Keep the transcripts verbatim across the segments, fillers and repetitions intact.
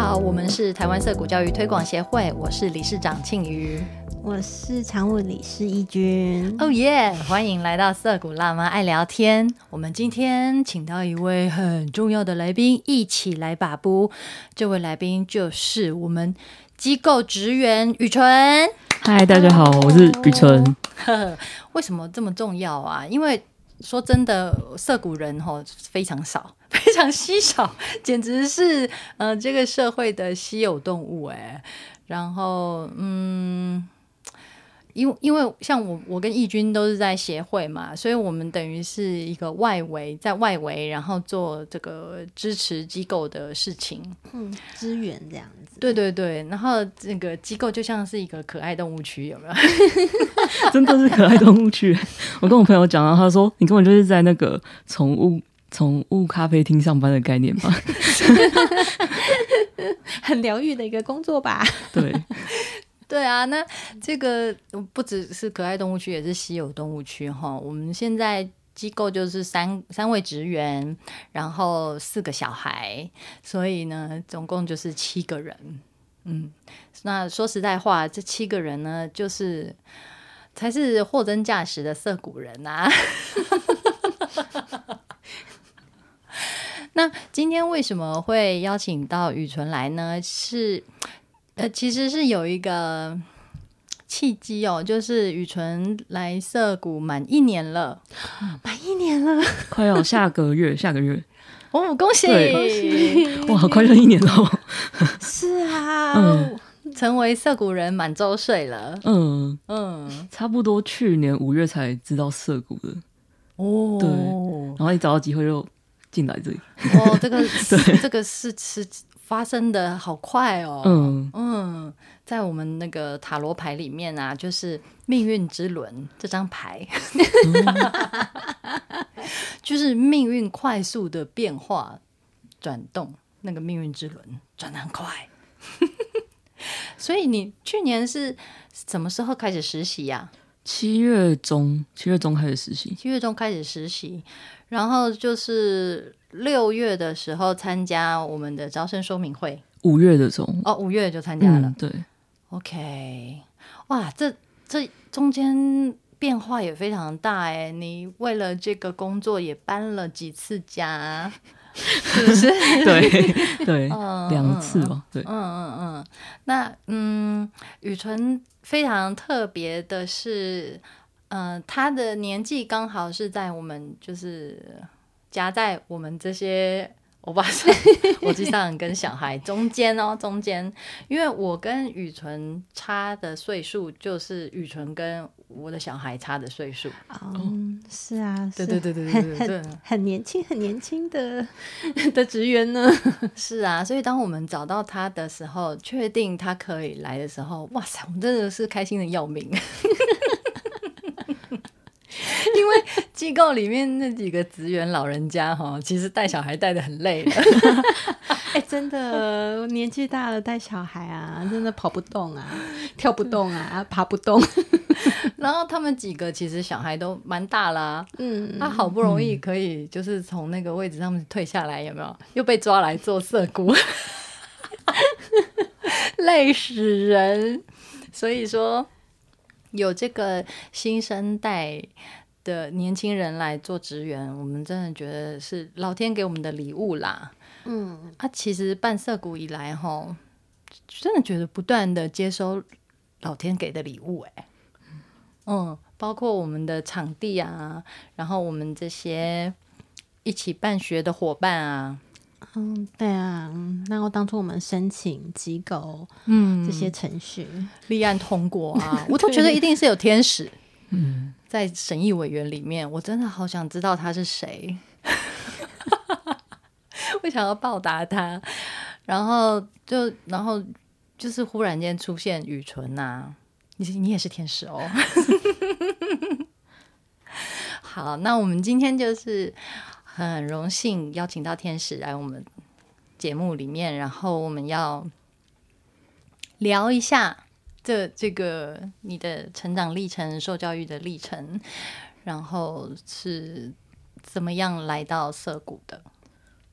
好，我们是台湾色谷教育推广协会，我是理事长庆瑜， 我是常务理事义君。 哦耶！欢迎来到色谷辣妈爱聊天。我们今天请到一位很重要的来宾，一起来把布。这位来宾就是我们机构职员雨纯。 嗨，大家好，我是雨纯。 为什么这么重要啊？因为说真的，色谷人吼非常少，非常稀少，简直是呃这个社会的稀有动物哎。然后嗯。因为因为像我我跟义军都是在协会嘛，所以我们等于是一个外围，在外围然后做这个支持机构的事情， 嗯，支援这样子。 对对对，然后这个机构就像是一个可爱动物区，有没有？ 真的是可爱动物区。我跟我朋友讲，他说你根本就是在那个宠物宠物咖啡厅上班的概念吧。 很疗愈的一个工作吧。 对。 对啊，那这个不只是可爱动物区，也是稀有动物区哈。我们现在机构就是三三位职员，然后四个小孩，所以呢，总共就是七个人。嗯，那说实在话，这七个人呢，就是才是货真价实的色谷人啊。那今天为什么会邀请到雨纯来呢？是。呃，其实是有一个契机哦，就是雨纯来色谷满一年了， 满一年了， 快要下个月，下个月， 哦，恭喜！恭喜哇，好快就一年了。 是啊， 嗯， 成为色谷人满周岁了。嗯嗯，差不多去年五月才知道色谷的。 哦， 对，然后一找到机会就进来这里。 哦，这个这个是是。发生的好快哦，嗯嗯，在我们那个塔罗牌里面啊，就是命运之轮这张牌，嗯、就是命运快速的变化转动，那个命运之轮转得很快。所以你去年是什么时候开始实习呀、啊？ 七月中，七月中开始实习， 七月中开始实习，然后就是六月的时候参加我们的招生说明会。 五月的时候， 哦，五月就参加了。 嗯、对 ，OK， 哇，这这中间变化也非常大哎！你为了这个工作也搬了几次家，是不是？ 对对，嗯、两次吧。对， 嗯嗯嗯。那嗯，雨纯非常特别的是，呃，他的年纪刚好是在我们就是夹在我们这些欧巴桑、国际上人跟小孩中间哦，中间，因为我跟雨纯差的岁数就是雨纯跟我的小孩差的岁数。 嗯，是啊， 对对对对对对对， 很很年轻很年轻的的职员呢。 是啊，所以当我们找到他的时候，确定他可以来的时候，哇塞，我们真的是开心的要命。因为机构里面那几个职员老人家哈，其实带小孩带得很累了。 哎、欸，真的年纪大了带小孩啊，真的跑不动啊，跳不动啊，爬不动。 然后他们几个其实小孩都蛮大啦、啊，嗯，他好不容易可以就是从那个位置上面退下来，有没有？又被抓来做色谷，累死人。所以说有这个新生代的年轻人来做职员，我们真的觉得是老天给我们的礼物啦。嗯，啊，其实办色谷以来齁，真的觉得不断的接收老天给的礼物哎、欸，嗯，包括我们的场地啊，然后我们这些一起办学的伙伴啊。 嗯，对啊，然后当初我们申请机构，嗯，这些程序立案通过啊，我都觉得一定是有天使。嗯，在审议委员里面，我真的好想知道他是谁，我想要报答他，然后就然后就是忽然间出现雨纯呐、啊，你你也是天使哦。好，那我们今天就是很荣幸邀请到天使来我们节目里面，然后我们要聊一下这这个你的成长历程、受教育的历程，然后是怎么样来到涩谷的？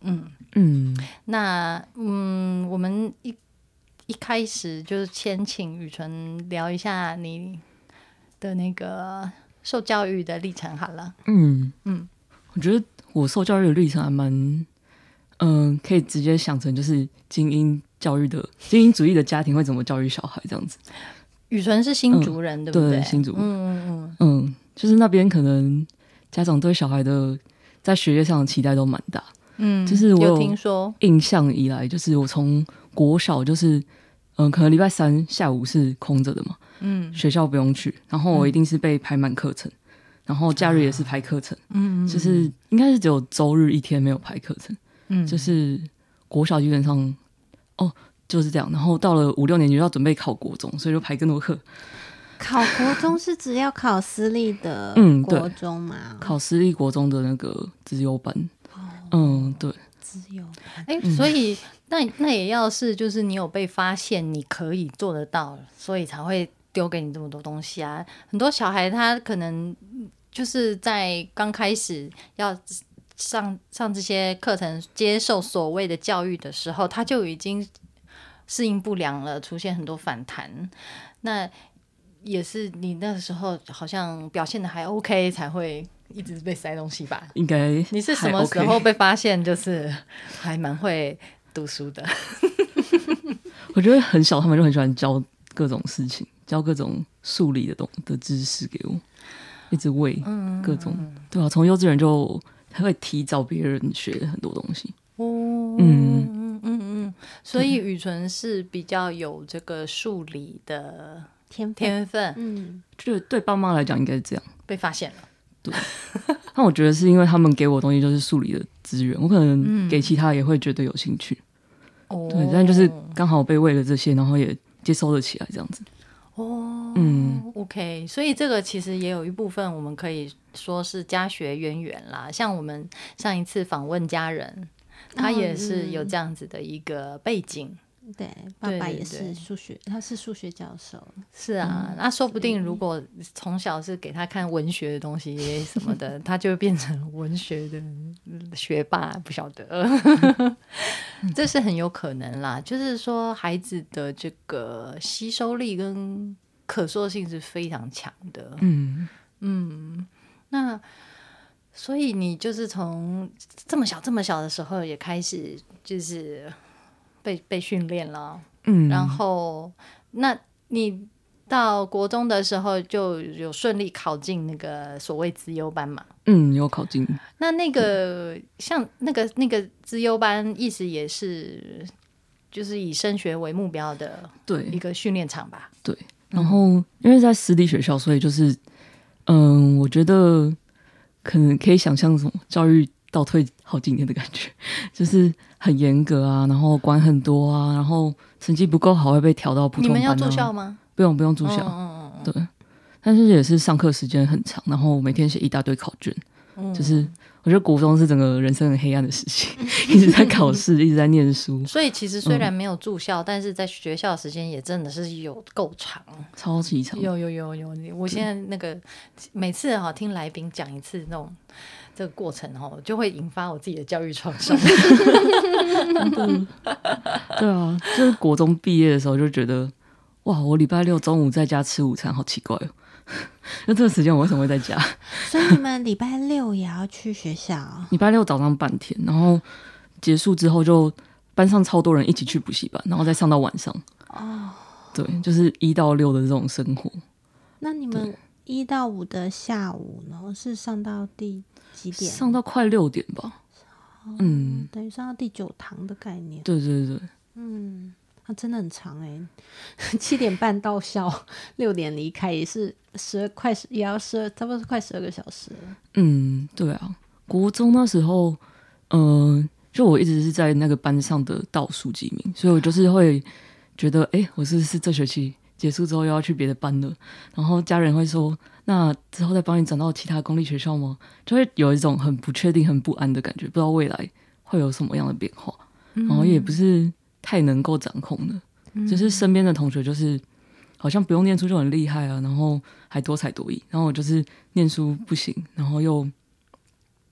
嗯嗯那嗯，我们一一开始就是先请雨纯聊一下你的那个受教育的历程好了。 嗯嗯， 我觉得我受教育的历程还蛮，嗯、呃，可以直接想成就是精英教育的精英主义的家庭会怎么教育小孩这样子。 雨纯是新竹人， 嗯、 对不对？ 对，新竹。 嗯嗯嗯嗯，就是那边可能家长对小孩的在学业上的期待都蛮大。 嗯， 就是我有听说印象以来，就是我从国小就是，嗯、呃，可能礼拜三下午是空着的嘛， 嗯， 学校不用去，然后我一定是被排满课程，然后假日也是排课程， 嗯， 就是应该是只有周日一天没有排课程， 嗯， 就是国小基本上哦就是这样，然后到了五六年级就要准备考国中，所以就排更多课。 考国中是只要考私立的嗯对国中嘛？ 考私立国中的那个资优班，嗯，对， 只有哎、所以那那也要是就是你有被发现你可以做得到，所以才会丢给你这么多东西啊。很多小孩他可能就是在刚开始要上上这些课程，接受所谓的教育的时候，他就已经适应不良了，出现很多反弹。那也是你那时候好像表现的还 OK 才会一直被塞东西吧？ 应该你是什么时候被发现就是还蛮会读书的？ 我觉得很小，他们就很喜欢教各种事情，教各种数理的东的知识给我，一直喂各种，嗯、对啊，从幼稚园就会提早别人学很多东西。 哦， 嗯嗯嗯嗯，所以雨纯是比较有这个数理的天分， 天分， 嗯， 就对爸妈来讲应该是这样， 被发现了。 对，但我觉得是因为他们给我的东西就是数理的资源，我可能给其他也会觉得有兴趣。 哦， 对，但就是刚好被喂了这些，然后也接收了起来，这样子。 哦， 嗯 ，OK，所以这个其实也有一部分我们可以说是家学渊源啦。像我们上一次访问家人，他也是有这样子的一个背景。 对，爸爸也对对对是数学，他是数学教授。 是啊，那、说不定如果从小是给他看文学的东西什么的，他就会变成文学的学霸，不晓得，这是很有可能啦。就是说，孩子的这个吸收力跟可塑性是非常强的。 嗯嗯，那所以你就是从这么小这么小的时候也开始就是被被训练了， 嗯， 然后那你到国中的时候就有顺利考进那个所谓资优班嘛？ 嗯，有考进。 那那个像那个那个资优班，意思也是就是以升学为目标的对一个训练场吧？ 对，然后因为在私立学校，所以就是嗯，我觉得可能可以想象什么教育倒退好几年的感觉，就是很严格啊，然后管很多啊，然后成绩不够好会被调到普通班、啊。 你们要住校吗？ 不用不用住校， 嗯嗯嗯对。但是也是上课时间很长，然后每天写一大堆考卷， 嗯、 就是我觉得国中是整个人生很黑暗的时期，一直在考试，一直在念书。 所以其实虽然没有住校，嗯、但是在学校的时间也真的是有够长， 超级长。 有有有有，我现在那个每次哈、哦、听来宾讲一次那种这个过程哦，就会引发我自己的教育创伤。 对啊，就是国中毕业的时候就觉得，哇，我礼拜六中午在家吃午餐，好奇怪哦。那这个时间我为什么会在家？ 所以你们礼拜六也要去学校？ 礼拜六早上半天，然后结束之后就班上超多人一起去补习班，然后再上到晚上。哦，对，就是一到六的这种生活。 那你们一到五的下午呢？是上到第几点？ 上到快六点吧。 哦、 嗯， 等于上到第九堂的概念。 对对对。 嗯。它、啊、真的很长哎、欸，七点半到校，六点离开，也是十二快十，也要十二，差不多是快十二个小时了。 嗯，对啊，国中那时候，嗯、呃，就我一直是在那个班上的倒数几名，所以我就是会觉得，哎、欸，我是不是这学期结束之后又要去别的班了？然后家人会说，那之后再帮你转到其他公立学校吗？就会有一种很不确定、很不安的感觉，不知道未来会有什么样的变化，嗯、然后也不是太能够掌控的，嗯、就是身边的同学就是好像不用念书就很厉害啊，然后还多才多艺，然后我就是念书不行，然后又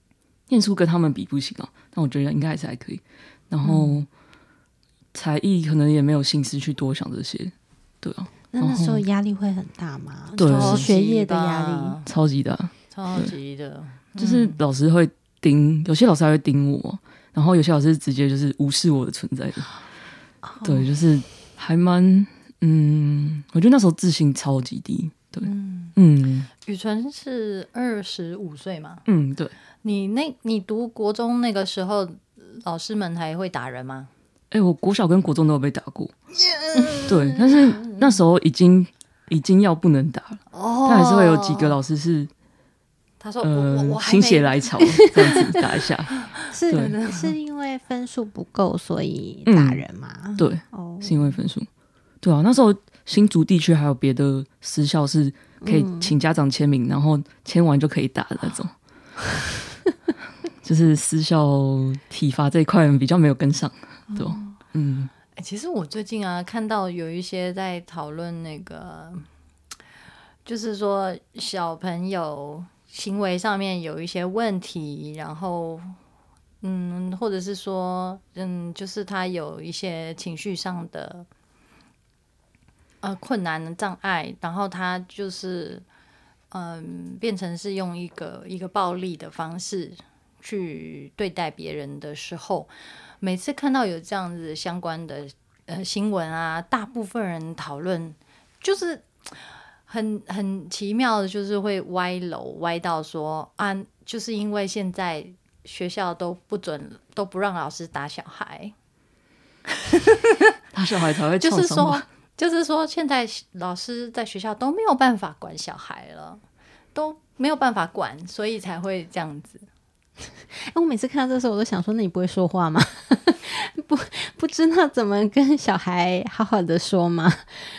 念书跟他们比不行啊，但我觉得应该还是还可以。然后、嗯、才艺可能也没有心思去多想这些，对啊。 那那时候压力会很大吗？ 对， 就是学业的压力超级大， 超级的， 就是老师会盯，有些老师还会盯我，然后有些老师直接就是无视我的存在的。哦、对，就是还蛮嗯，我觉得那时候自信超级低。对，嗯嗯，宇纯是二十五岁嘛？ 嗯，对。 你那，你读国中那个时候，老师们还会打人吗？ 哎、欸，我国小跟国中都有被打过， yeah! 对，但是那时候已经已经要不能打了，哦、但还是会有几个老师是， 他说、 呃、 我我心血来潮这样子打一下， 是是因为分数不够所以打人吗？ 嗯、对，哦、是因为分数，对啊，那时候新竹地区还有别的私校是可以请家长签名，嗯、然后签完就可以打的那种。就是私校体罚这一块比较没有跟上，对、哦，嗯、 欸，其实我最近啊看到有一些在讨论那个，就是说小朋友行为上面有一些问题，然后嗯，或者是说嗯，就是他有一些情绪上的呃困难的障碍，然后他就是嗯变成是用一个一个暴力的方式去对待别人的时候，每次看到有这样子相关的呃新闻啊，大部分人讨论就是很很奇妙的，就是会歪楼歪到说啊，就是因为现在学校都不准都不让老师打小孩， 打小孩才会创伤就是说就是说现在老师在学校都没有办法管小孩了，都没有办法管，所以才会这样子。 我每次看到这时候我都想说，那你不会说话吗？不不知道怎么跟小孩好好的说吗？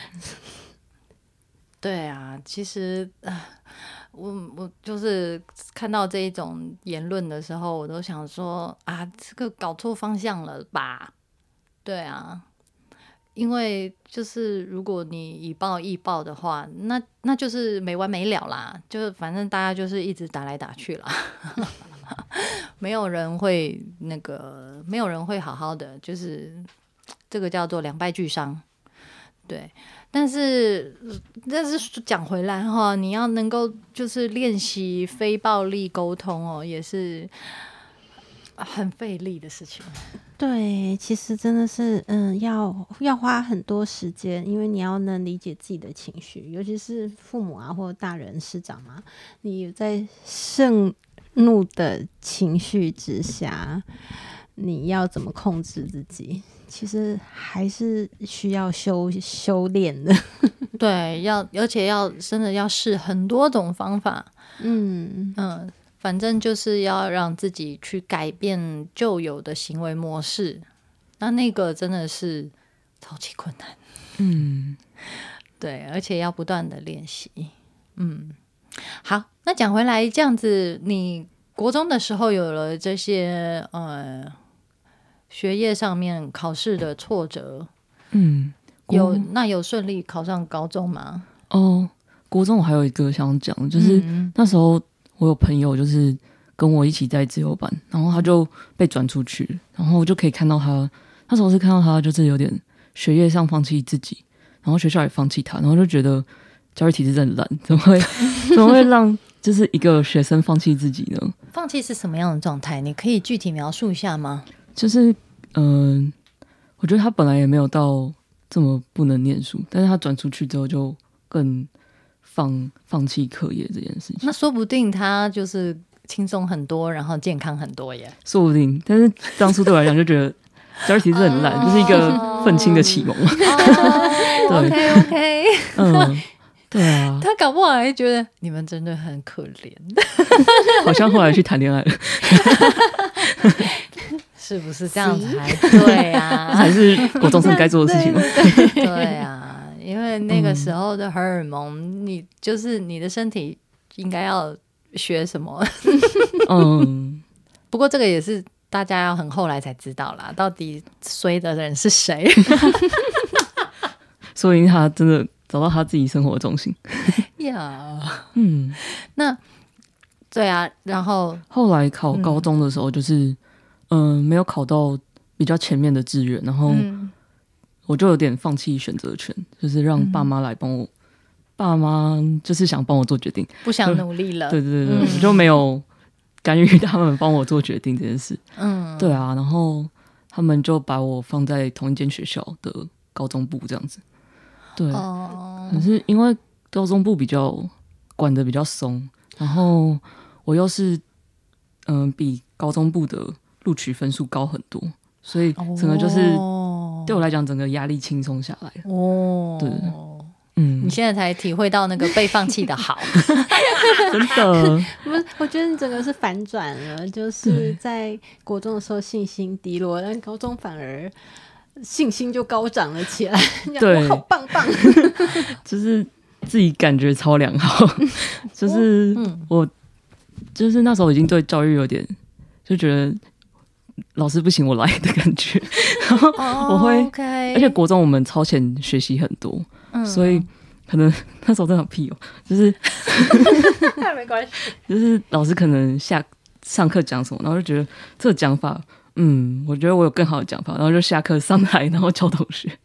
对啊，其实、呃、我我就是看到这一种言论的时候，我都想说啊，这个搞错方向了吧？对啊，因为就是如果你以暴易暴的话，那那就是没完没了啦，就是反正大家就是一直打来打去啦。没有人会那个，没有人会好好的，就是这个叫做两败俱伤，对。但是，但是讲回来哈，你要能够就是练习非暴力沟通哦，也是很费力的事情。 对，其实真的是，嗯，要要花很多时间，因为你要能理解自己的情绪，尤其是父母啊或者大人师长嘛，你在盛怒的情绪之下，你要怎么控制自己？其实还是需要修修炼的。 对，要而且要真的要试很多种方法。嗯嗯，反正就是要让自己去改变旧有的行为模式。那那个真的是超级困难。嗯，对，而且要不断的练习。嗯。好，那讲回来，这样子，你国中的时候有了这些呃学业上面考试的挫折，嗯，有那有顺利考上高中吗？ 哦，国中我还有一个想讲，就是、嗯、那时候我有朋友就是跟我一起在自由班，然后他就被转出去，然后我就可以看到他，那时候是看到他就是有点学业上放弃自己，然后学校也放弃他，然后就觉得。教育体制真的烂，怎么会怎么会让就是一个学生放弃自己呢？ 放弃是什么样的状态？你可以具体描述一下吗？ 就是嗯、呃，我觉得他本来也没有到这么不能念书，但是他转出去之后就更放放弃课业这件事情。 那说不定他就是轻松很多，然后健康很多耶。 说不定，但是当初对我来讲就觉得教育体制很烂，就是一个愤青的启蒙。 哦、OK OK， 嗯。对啊， 他搞不好还觉得你们真的很可怜， 好像后来去谈恋爱了， 是不是这样才对啊？ 才是国中生该做的事情吗？ 对, 对啊，因为那个时候的荷尔蒙，嗯、你就是你的身体应该要学什么？嗯，不过这个也是大家要很后来才知道啦，到底衰的人是谁？ 说明他真的。找到他自己生活的重心呀， yeah. 嗯，那对啊，然后后来考高中的时候，就是嗯、呃，没有考到比较前面的志愿，然后我就有点放弃选择权，就是让爸妈来帮我。嗯、爸妈就是想帮我做决定， 不想努力了。 对对对，我、嗯、就没有干预他们帮我做决定这件事。嗯，对啊，然后他们就把我放在同一间学校的高中部这样子。对，哦、可是因为高中部比较管得比较松，然后我又是嗯、呃、比高中部的录取分数高很多，所以整个就是对我来讲整个压力轻松下来了。哦，对， 嗯，你现在才体会到那个被放弃的好。 真的不是，我觉得你整个是反转了，就是在国中的时候信心低落，但高中反而信心就高涨了起来。对，我好棒棒。 就是自己感觉超良好，就是我就是那时候已经对教育有点就觉得老师不行我来的感觉，然后我会、oh, okay. 而且国中我们超前学习很多、嗯、所以可能那时候真的很屁哦，就是没关系， 就是老师可能下上课讲什么，然后就觉得这个讲法嗯我觉得我有更好的讲法，然后就下课上台然后教同学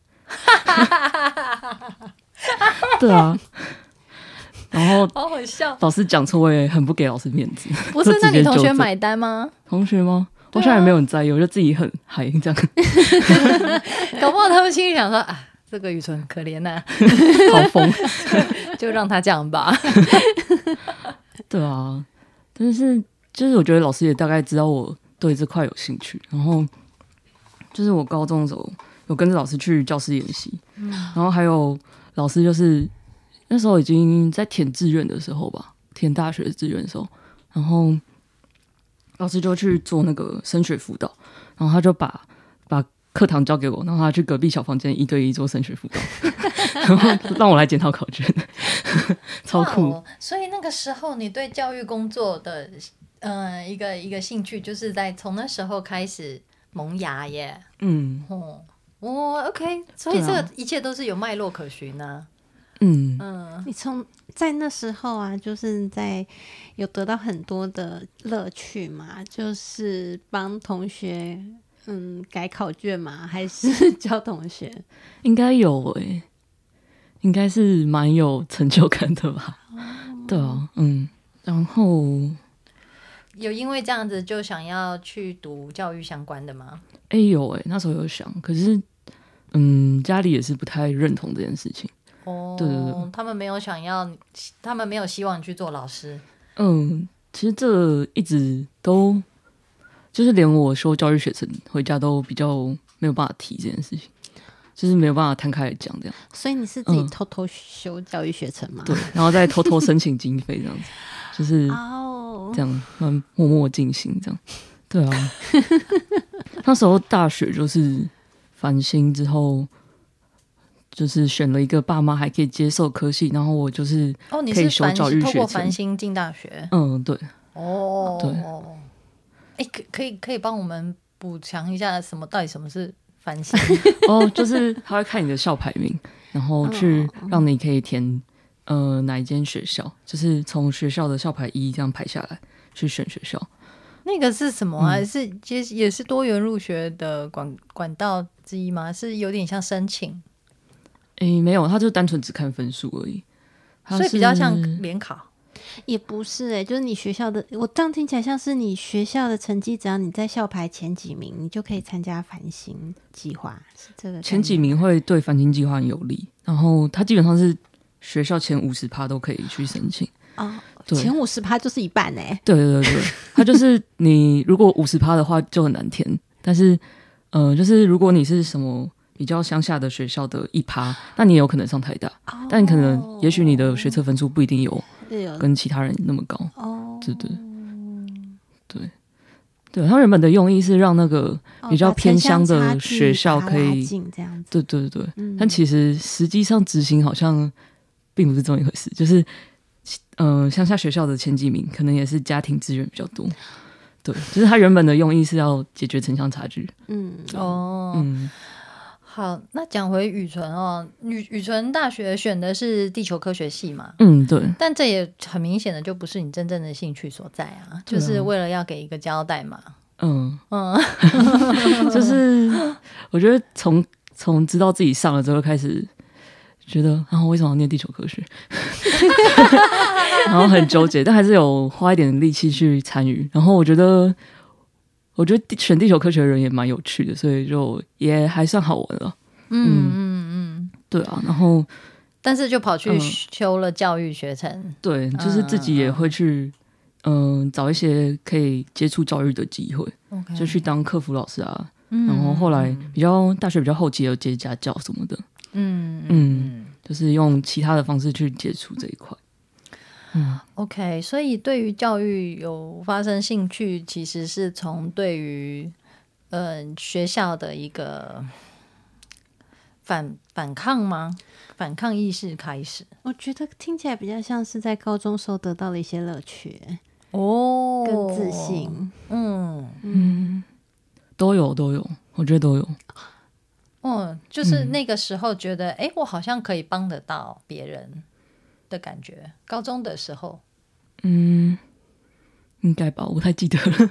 对啊，然后好好笑， 老师讲错我也很不给老师面子。 不是，那你同学买单吗？ 同学吗？我现在也没有很在意，我就自己很嗨这样。 搞不好他们心里想说啊，这个雨纯可怜呐、啊， 好疯， 就让他这样吧。 对啊，但是就是我觉得老师也大概知道我对这块有兴趣，然后就是我高中的时候有跟着老师去教室演习、嗯，然后还有老师就是那时候已经在填志愿的时候吧，填大学志愿的时候，然后老师就去做那个升学辅导，然后他就把把课堂交给我，然后他去隔壁小房间一对一做升学辅导，然后让我来检讨考卷，超酷、哦。 所以那个时候你对教育工作的呃一个一个兴趣，就是在从那时候开始萌芽耶。嗯，哦，哦 ，OK， 所以这个一切都是有脉络可循呢、啊。 嗯嗯，你从在那时候啊，就是在有得到很多的乐趣嘛，就是帮同学嗯改考卷嘛，还是教同学？ 应该有诶、欸，应该是蛮有成就感的吧？哦、对啊，嗯，然后有因为这样子就想要去读教育相关的吗？ 哎、欸，有哎、欸，那时候有想，可是嗯，家里也是不太认同这件事情。 哦，对对对，他们没有想要，他们没有希望你去做老师。 嗯，其实这一直都就是连我修教育学程回家都比较没有办法提这件事情，就是没有办法摊开来讲这样。 所以你是自己偷偷修教育学程吗？ 嗯、对，然后再偷偷申请经费这样子，就是这样慢默默进行这样。对啊，那时候大学就是繁星之后。就是选了一个爸妈还可以接受科系，然后我就是可以修教育学程。哦，你是透过繁星进大学？ 嗯，对。 哦，对。哎、欸，可可以可以帮我们补强一下什么？到底什么是繁星？ 哦，就是他会看你的校排名，然后去让你可以填呃哪一间学校，就是从学校的校排一这样排下来去选学校。 那个是什么啊？嗯、是其实也是多元入学的管管道之一吗？是有点像申请。 诶，没有，他就单纯只看分数而已， 所以比较像联考。 也不是哎、欸，就是你学校的，我这样听起来像是你学校的成绩，只要你在校排前几名，你就可以参加繁星计划，是这个。 前几名会对繁星计划很有利，然后他基本上是学校前五十趴都可以去申请。 哦，前五十趴就是一半哎、欸。 对对对对，他就是你如果五十趴的话就很难填，但是呃，就是如果你是什么。比较乡下的学校的一趴，那你也有可能上台大，哦、但可能也许你的学测分数不一定有跟其他人那么高，哦、对对对对，他原本的用意是让那个比较偏乡的学校可以， 哦、这样子， 对对对，嗯、但其实实际上执行好像并不是这么一回事，就是嗯、呃，乡下学校的前几名可能也是家庭资源比较多，对，就是他原本的用意是要解决城乡差距， 嗯哦嗯。 好，那讲回宇纯哦，宇宇纯大学选的是地球科学系嘛？ 嗯，对， 但这也很明显的就不是你真正的兴趣所在啊，就是为了要给一个交代嘛。 嗯嗯， 就是我觉得从从知道自己上了之后开始觉得，然后为什么要念地球科学？然后很纠结，但还是有花一点力气去参与。然后我觉得，我觉得选地球科学的人也蛮有趣的，所以就也还算好玩了。 嗯嗯嗯， 对啊。然后， 但是就跑去修了教育学程。 对，就是自己也会去，嗯、呃，找一些可以接触教育的机会， Okay. 就去当客服老师啊。 嗯、 然后后来比较大学比较后期有接家教什么的。 嗯嗯嗯，就是用其他的方式去接触这一块。嗯 OK， 所以对于教育有发生兴趣，其实是从对于呃学校的一个反反抗吗？反抗意识开始。 我觉得听起来比较像是在高中时候得到了一些乐趣哦， 跟自信。 嗯嗯，都有都有，我觉得都有。 哦，就是那个时候觉得，哎、嗯，我好像可以帮得到别人的感觉。高中的时候， 嗯，应该吧，我不太记得了。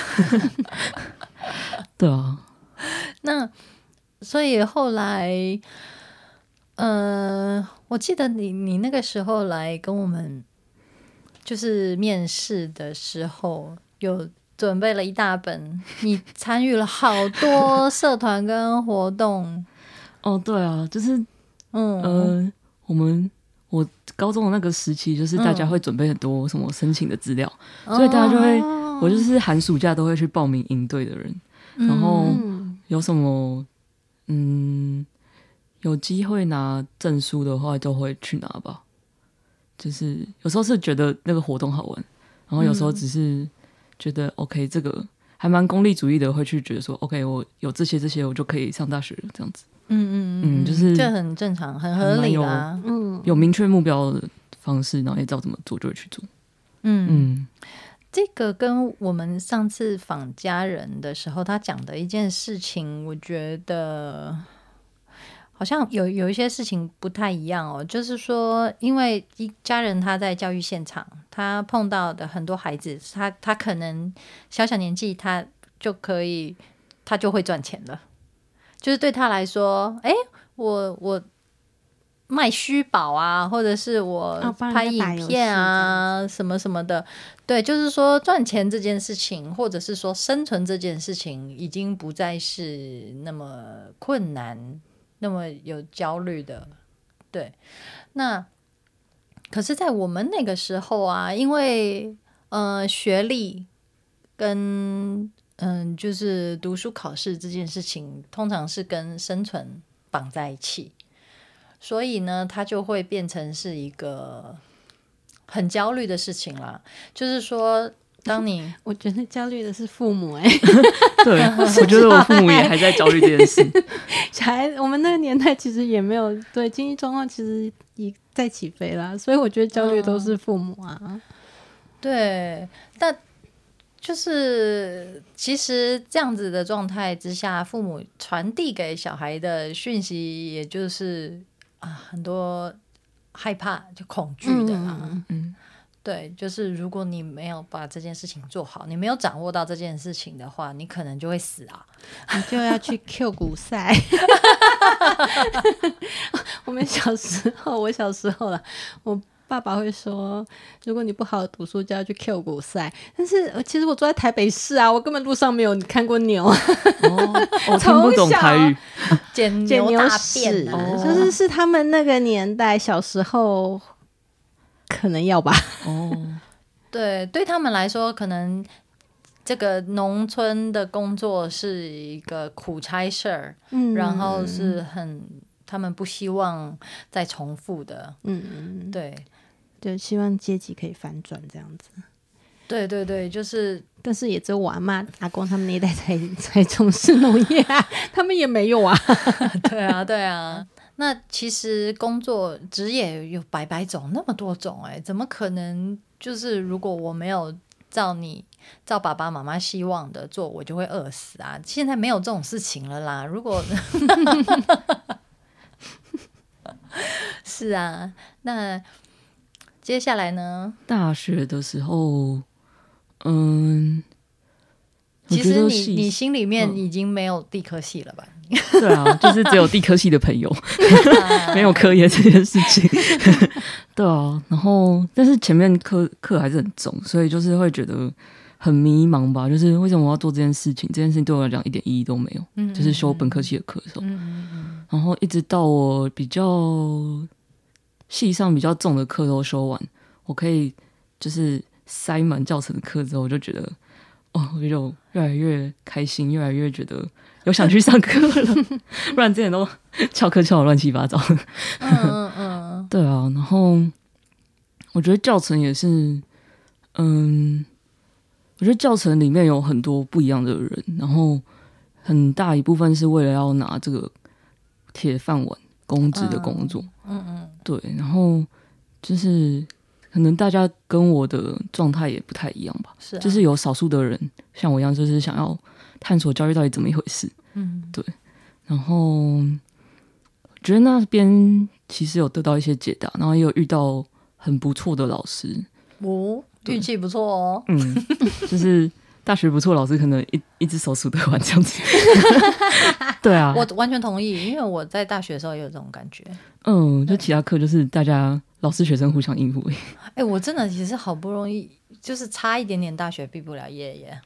对啊， 那所以后来，呃，我记得你你那个时候来跟我们就是面试的时候，有准备了一大本，你参与了好多社团跟活动。 哦，对啊，就是嗯呃，我们我高中的那个时期，就是大家会准备很多什么申请的资料， 嗯、 所以大家就会， 哦、 我就是寒暑假都会去报名营队的人， 嗯、 然后有什么嗯有机会拿证书的话，就会去拿吧。就是有时候是觉得那个活动好玩，然后有时候只是觉得、嗯、OK 这个还蛮功利主义的，会去觉得说 OK 我有这些这些我就可以上大学了这样子。 嗯嗯嗯， 就是这很正常，很合理啦。 嗯，有明确目标的方式，然后也知道怎么做，就会去做。 嗯嗯，这个跟我们上次访家人的时候，他讲的一件事情，我觉得好像有有一些事情不太一样哦。就是说，因为一家人他在教育现场，他碰到的很多孩子，他他可能小小年纪，他就可以，他就会赚钱了。就是对他来说，哎，我我卖虚宝啊，或者是我拍影片啊，哦、什么什么的，对，就是说赚钱这件事情，或者是说生存这件事情，已经不再是那么困难，那么有焦虑的，对。那可是，在我们那个时候啊，因为呃学历跟嗯，就是读书考试这件事情，通常是跟生存绑在一起，所以呢，它就会变成是一个很焦虑的事情啦。就是说，当你我觉得焦虑的是父母、欸，哎， 对，我觉得我父母也还在焦虑这件事。 小孩，我们那个年代其实也没有对经济状况，其实也在起飞啦，所以我觉得焦虑都是父母啊。嗯、 对，但。就是其实这样子的状态之下，父母传递给小孩的讯息，也就是啊很多害怕就恐惧的啦。嗯，嗯对，就是如果你没有把这件事情做好，你没有掌握到这件事情的话，你可能就会死啊， 你就要去 Q 股赛。我们小时候，我小时候啦，我。爸爸会说，如果你不好好读书，就要去 Q 股赛。但是其实我住在台北市啊，我根本路上没有看过牛。哦， 我听不懂台语， 捡牛大便、啊， 就是是他们那个年代小时候可能要吧。 哦， 对，对他们来说，可能这个农村的工作是一个苦差事儿，嗯，然后是很他们不希望再重复的，嗯嗯，对。 就希望阶级可以反转这样子， 对对对，就是， 但是也只有我阿嬷、阿公他们那一代才才从事农业啊，他们也没有啊。 对啊，对啊。那其实工作职业有百百种，那么多种、欸，哎，怎么可能？就是如果我没有照你照爸爸妈妈希望的做，我就会饿死啊。现在没有这种事情了啦。如果是啊，那接下来呢？ 大学的时候，嗯， 其实你我觉得系你心里面嗯已经没有地科系了吧？ 对啊，就是只有地科系的朋友，没有科研这件事情。对啊，然后但是前面课课还是很重，所以就是会觉得很迷茫吧。就是为什么我要做这件事情？这件事情对我来讲一点意义都没有。 嗯就是修本科系的课的时候， 嗯嗯嗯然后一直到我比较系上比较重的课都修完，我可以就是塞满教程的课之后，我就觉得哦，我就越来越开心，越来越觉得有想去上课了。不然之前都翘课翘得乱七八糟。 嗯嗯嗯， 对啊，然后我觉得教程也是，嗯，我觉得教程里面有很多不一样的人，然后很大一部分是为了要拿这个铁饭碗公职的工作。 嗯嗯， 对，然后就是可能大家跟我的状态也不太一样吧， 是、啊， 就是有少数的人像我一样，就是想要探索教育到底怎么一回事。 嗯， 对，然后觉得那边其实有得到一些解答，然后也有遇到很不错的老师。 哦，运气不错哦。 嗯，就是大学不错，老师可能一一只手数得完这样子。对啊， 我完全同意，因为我在大学的时候也有这种感觉。 嗯，就其他课就是大家老师学生互相应付。 哎、欸，我真的其实好不容易，就是差一点点大学毕不了业耶。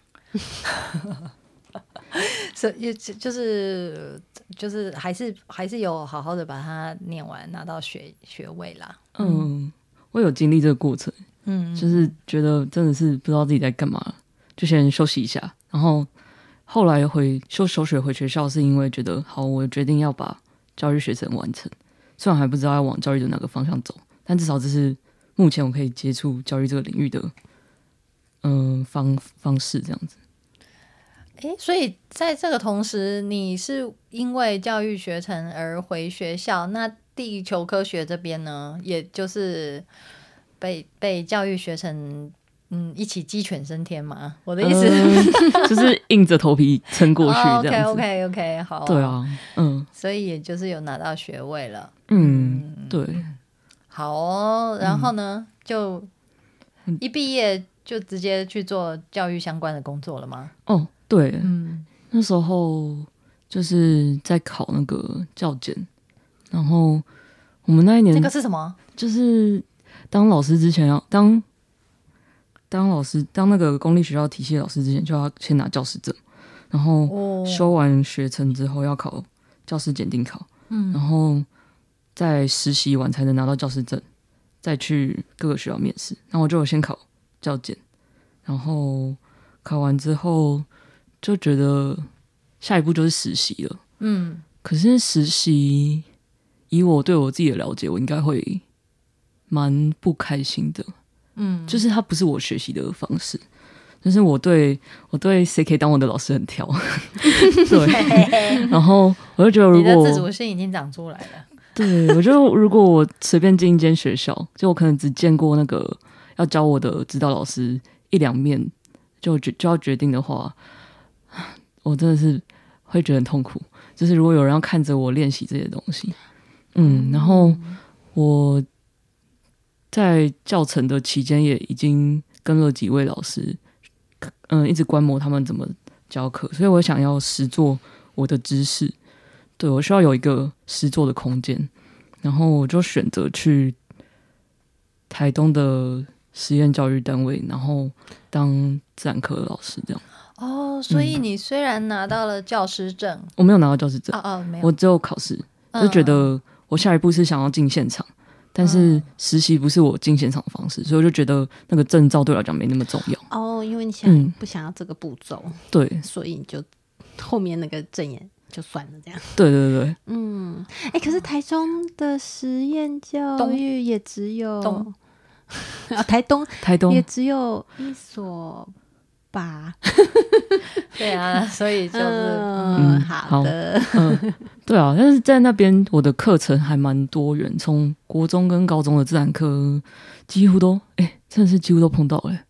所以就是就是还是还是有好好的把它念完，拿到学学位啦。 嗯，我有经历这个过程，嗯，就是觉得真的是不知道自己在干嘛，就先休息一下，然后后来回休休学回学校，是因为觉得好，我决定要把教育学程完成，虽然还不知道要往教育的哪个方向走，但至少这是目前我可以接触教育这个领域的嗯、呃、方方式这样子。 欸，所以在这个同时，你是因为教育学程而回学校，那地球科学这边呢，也就是被被教育学程嗯一起鸡犬升天嘛？我的意思、 呃、就是硬着头皮撑过去这样子。 oh, OK OK OK 好、哦， 对啊，嗯， 所以也就是有拿到学位了。 嗯，嗯对， 好哦。然后呢，嗯、就一毕业就直接去做教育相关的工作了吗？ 哦。对， 嗯， 那时候就是在考那个教检，然后我们那一年这个是什么？ 就是当老师之前要当当老师当那个公立学校体系的老师之前，就要先拿教师证，然后修完学程之后要考教师检定考，嗯，然后再实习完才能拿到教师证，再去各个学校面试。然后我就有先考教检，然后考完之后。就觉得下一步就是实习了，嗯，可是实习以我对我自己的了解，我应该会蛮不开心的，嗯，就是它不是我学习的方式，就是我对我对谁可以当我的老师很挑，对，然后我就觉得如果你的自主性已经长出来了， 对，我觉得如果我随便进一间学校，就我可能只见过那个要教我的指导老师一两面，就就要决定的话。我真的是会觉得很痛苦，就是如果有人要看着我练习这些东西，嗯，然后我在教程的期间也已经跟了几位老师，嗯，一直观摩他们怎么教课，所以我想要实作我的知识，对，我需要有一个实作的空间，然后我就选择去台东的实验教育单位，然后当自然科的老师这样。 哦，所以你虽然拿到了教师证，嗯、 我没有拿到教师证， 哦哦，没有， 我只有考试，就觉得我下一步是想要进现场，嗯、但是实习不是我进现场的方式，所以我就觉得那个证照对我来讲没那么重要。 哦，因为你想、嗯、不想要这个步骤， 对， 所以你就后面那个证也就算了，这样。 对对对， 嗯，哎、欸，可是台中的实验教育也只有东啊，台东台东也只有一所。吧， 对啊，所以就是嗯， 嗯好的， 嗯，对啊，但是在那边我的课程还蛮多元，从国中跟高中的自然科几乎都，哎、欸，真的是几乎都碰到哎、欸。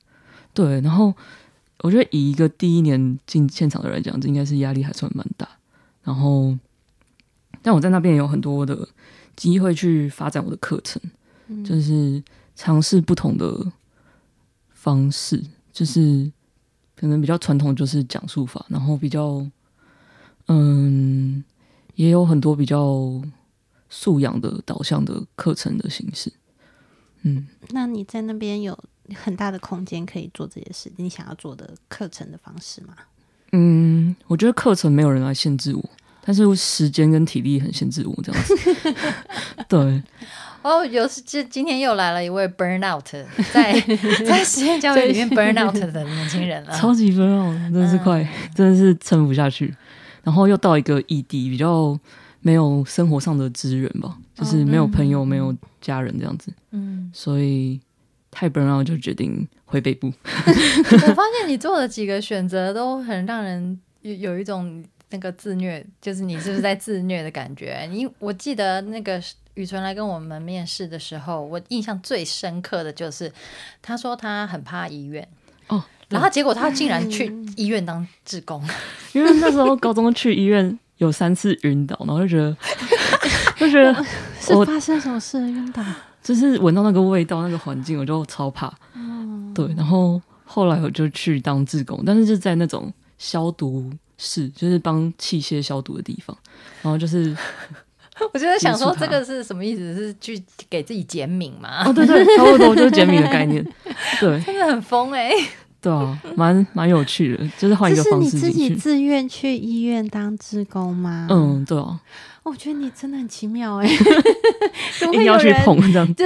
对，然后我觉得以一个第一年进现场的人来讲，这应该是压力还算蛮大。然后，但我在那边也有很多的机会去发展我的课程，嗯、就是尝试不同的方式，就是可能比较传统就是讲述法，然后比较嗯，也有很多比较素养的导向的课程的形式。嗯， 那你在那边有很大的空间可以做这些事，你想要做的课程的方式吗？ 嗯，我觉得课程没有人来限制我，但是时间跟体力很限制我这样子。对。 哦，有今今天又来了一位 burnout 在在实验教育里面 burnout 的年轻人了， 超级 burnout， 真的是快，嗯、真的是撑不下去。然后又到一个异地，比较没有生活上的资源吧，就是没有朋友、嗯、没有家人这样子。嗯，所以太 burnout 就决定回北部。 我发现你做的几个选择都很让人有有一种那个自虐，就是你是不是在自虐的感觉？你我记得那个雨纯来跟我们面试的时候，我印象最深刻的就是他说他很怕医院哦，然后结果他竟然去医院当志工， 因为那时候高中去医院有三次晕倒，然后就觉得就觉得是发生什么事晕倒， 就是闻到那个味道那个环境我就超怕、哦、对，然后后来我就去当志工，但是就在那种消毒室，就是帮器械消毒的地方，然后就是我就在想说这个是什么意思，是去给自己减敏吗？ 哦对对，差不多就是减敏的概念。对， 真的很疯哎、欸。 对啊，蛮蛮有趣的，就是换一个方式进去。 这是你自己自愿去医院当志工吗？ 嗯，对啊。 我觉得你真的很奇妙哎、欸， 一定要去碰这样子。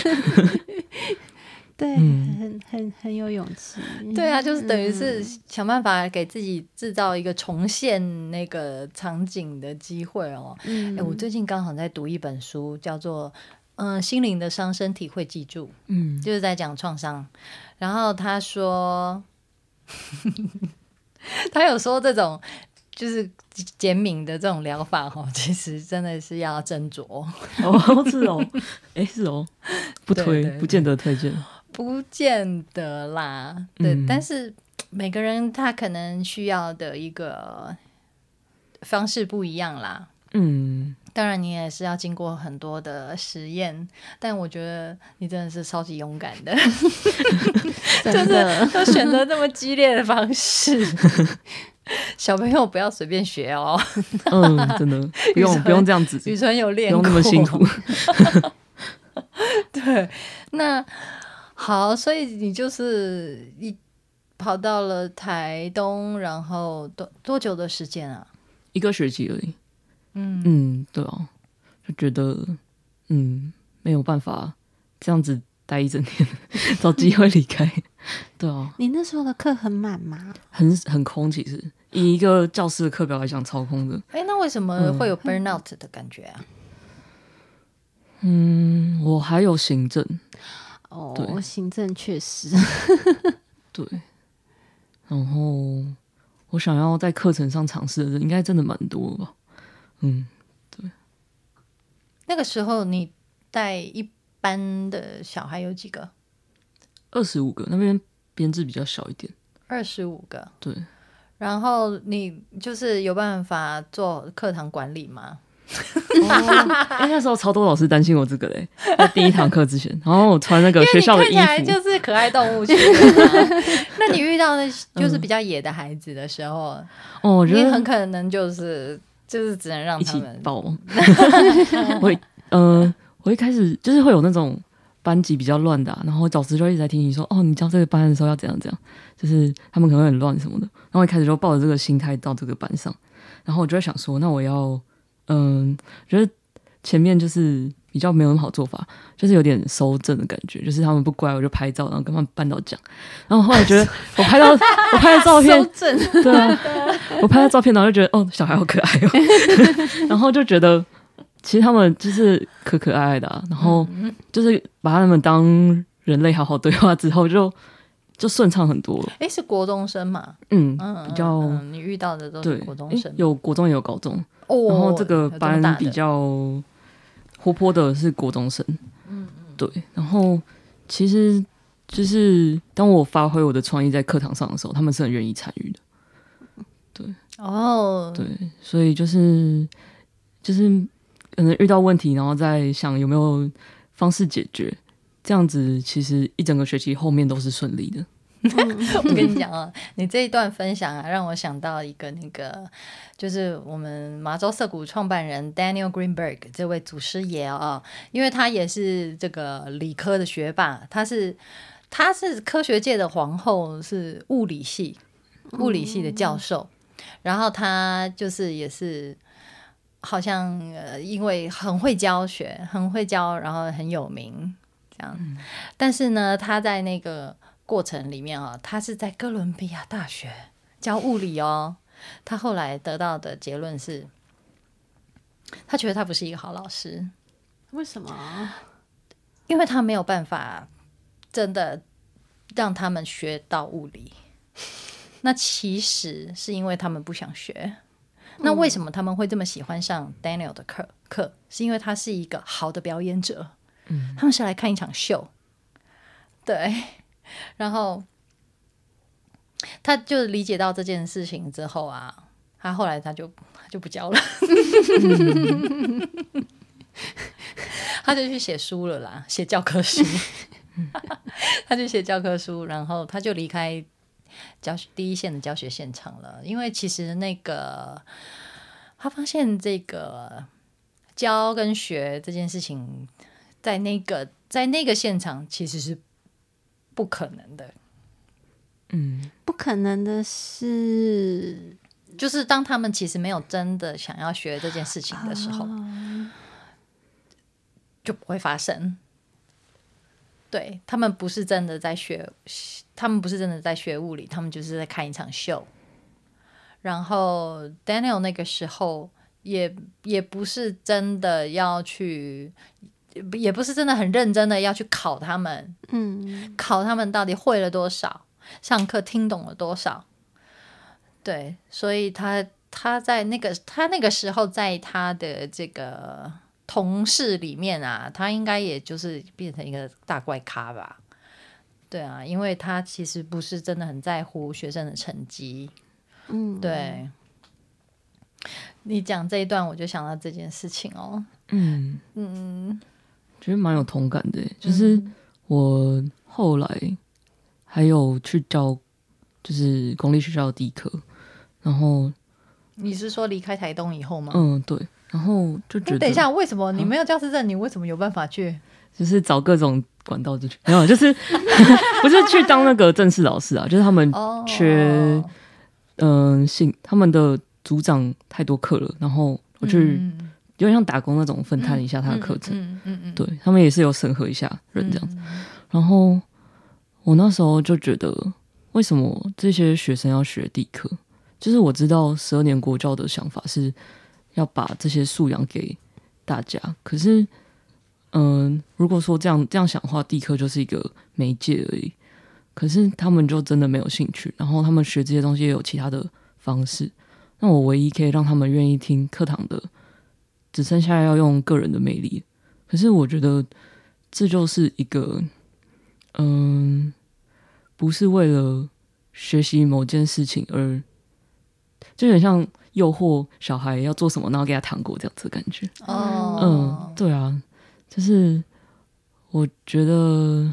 对，嗯、很很很有勇气。 对啊，就是等于是想办法给自己制造一个重现那个场景的机会哦。嗯欸、我最近刚好在读一本书，叫做嗯、呃《心灵的伤，身体会记住》，嗯，就是在讲创伤。然后他说，他有说这种就是减敏的这种疗法哦，其实真的是要斟酌。 哦，是哦，哎，是哦，不推，对对对，不见得推荐。 不见得啦，对、嗯，但是每个人他可能需要的一个方式不一样啦。嗯，当然你也是要经过很多的实验，但我觉得你真的是超级勇敢的，就是都选择这么激烈的方式。小朋友不要随便学哦。 嗯，真的不用不用这样子， 雨纯有练过， 不用那么辛苦。 对，那。好，所以你就是一跑到了台东，然后多多久的时间啊？ 一个学期而已。嗯嗯，对啊，就觉得嗯没有办法这样子待一整天，找机会离开。对啊， 你那时候的课很满吗？ 很很空，其实以一个教师的课表来讲，超空的。 哎，那为什么会有 burnout 的感觉啊？ 嗯，我还有行政。 哦，行政确实。 对，然后我想要在课程上尝试的人，应该真的蛮多吧。嗯，对。 那个时候你带一班的小孩有几个？ 二十五个，那边编制比较小一点。 二十五个， 对。 然后你就是有办法做课堂管理吗？ 哦欸、那时候超多老师担心我这个嘞，在第一堂课之前，然后我穿那个学校的衣服， 因为你看起来就是可爱动物区的那你遇到的就是比较野的孩子的时候，嗯、哦，我觉得你很可能就是就是只能让他们一起抱。我呃，我一开始就是会有那种班级比较乱的、啊，然后老师就一直在提醒说，哦，你教这个班的时候要怎样怎样，就是他们可能会很乱什么的。然后我一开始就抱着这个心态到这个班上，然后我就在想说，那我要。嗯，觉得前面就是比较没有那么好做法，就是有点收正的感觉，就是他们不乖我就拍照，然后跟他们班导讲，然后后来觉得我拍到我拍的照片， 收正， 对啊，我拍的照片，然后就觉得哦，小孩好可爱哦，然后就觉得其实他们就是可可爱爱的、啊，然后就是把他们当人类好好对话之后就。就顺畅很多了。 哎，是国中生嘛？ 嗯，比较、 嗯、你遇到的都是国中生， 有国中也有高中。哦，然后这个班比较活泼的是国中生。嗯嗯，对。然后其实就是当我发挥我的创意在课堂上的时候，他们是很愿意参与的。对， 哦， 对，所以就是就是可能遇到问题，然后再想有没有方式解决，这样子其实一整个学期后面都是顺利的。 我跟你讲啊，你这一段分享啊，让我想到一个那个，就是我们麻州涩谷创办人 Daniel Greenberg 这位祖师爷啊，因为他也是这个理科的学霸，他是他是科学界的皇后，是物理系物理系的教授，然后他就是也是好像呃，因为很会教学，很会教，然后很有名这样，嗯、但是呢，他在那个过程里面啊，他是在哥伦比亚大学教物理哦。他后来得到的结论是，他觉得他不是一个好老师。 为什么？ 因为他没有办法真的让他们学到物理。那其实是因为他们不想学。那为什么他们会这么喜欢上 Daniel 的课？课是因为他是一个好的表演者。嗯，他们是来看一场秀。对。然后他就理解到这件事情之后啊，他后来他就他就不教了，他就去写书了啦，写教科书，他就写教科书，然后他就离开教第一线的教学现场了，因为其实那个他发现这个教跟学这件事情，在那个在那个现场其实是不可能的。 嗯，不可能的是， 就是当他们其实没有真的想要学这件事情的时候，哦、就不会发生。对，他们不是真的在学，他们不是真的在学物理，他们就是在看一场秀。然后 Daniel 那个时候也也不是真的要去。也不是真的很认真的要去考他们，嗯，考他们到底会了多少，上课听懂了多少，对，所以他他在那个他那个时候在他的这个同事里面啊，他应该也就是变成一个大怪咖吧，对啊，因为他其实不是真的很在乎学生的成绩，嗯，对。你讲这一段我就想到这件事情哦，嗯嗯。觉得蛮有同感的，就是我后来还有去教，就是公立学校的地科，然后你是说离开台东以后吗？ 嗯，对，然后就觉得， 等一下，为什么你没有教师证？你为什么有办法去？ 就是找各种管道进去，没有，就是不是去当那个正式老师啊，就是他们缺，嗯、哦，信、呃、他们的组长太多课了，然后我去。嗯有点像打工那种，分摊一下他的课程，嗯嗯嗯、对他们也是有审核一下人这样子。嗯、然后我那时候就觉得，为什么这些学生要学地科？就是我知道十二年国教的想法是要把这些素养给大家，可是，嗯、呃，如果说这样这样想的话，地科就是一个媒介而已。可是他们就真的没有兴趣，然后他们学这些东西也有其他的方式。那我唯一可以让他们愿意听课堂的。只剩下要用个人的魅力，可是我觉得这就是一个，嗯，不是为了学习某件事情而，就很像诱惑小孩要做什么，然后给他糖果这样子的感觉。哦，嗯，对啊，就是我觉得，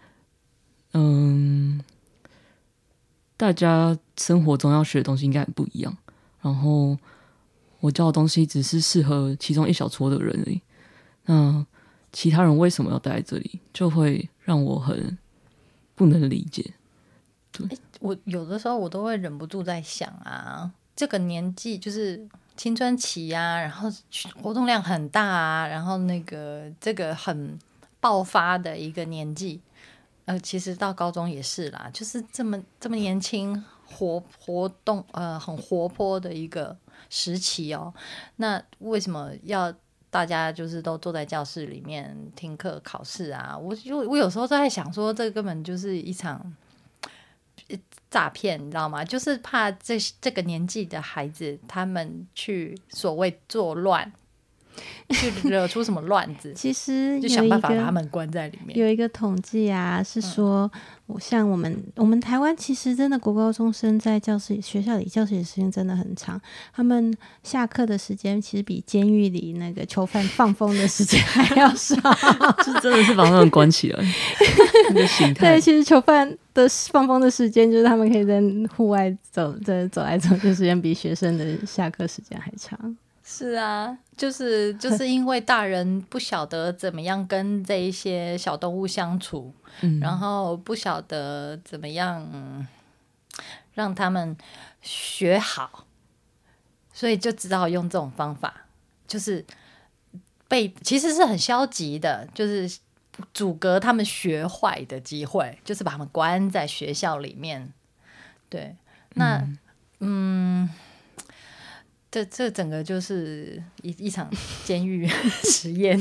嗯，大家生活中要学的东西应该很不一样，然后。我教的东西只是适合其中一小撮的人而已，那其他人为什么要待在这里，就会让我很不能理解。对， 欸、我有的时候我都会忍不住在想啊，这个年纪就是青春期啊，然后活动量很大啊，然后那个这个很爆发的一个年纪，呃，其实到高中也是啦，就是这么这么年轻。活活动呃很活泼的一个时期哦，那为什么要大家就是都坐在教室里面听课考试啊？我就我有时候都在想说，这根本就是一场诈骗，你知道吗？就是怕这这个年纪的孩子他们去所谓作乱， 去惹出什么乱子， 其实就想办法有一个把他们关在里面。 有一个统计啊，是说，我像我们我们台湾其实真的国高中生在教室里学校里教室里时间真的很长，他们下课的时间其实比监狱里那个囚犯放风的时间还要少， 就真的是把他们关起来那个心态。 对，其实囚犯的放风的时间就是他们可以在户外走在走来走去的时间比学生的下课时间还长。 是啊，就是就是因为大人不晓得怎么样跟这一些小动物相处，嗯、然后不晓得怎么样、嗯、让他们学好，所以就只好用这种方法，就是被其实是很消极的，就是阻隔他们学坏的机会，就是把他们关在学校里面。对，那嗯。嗯这这整个就是一一场监狱实验，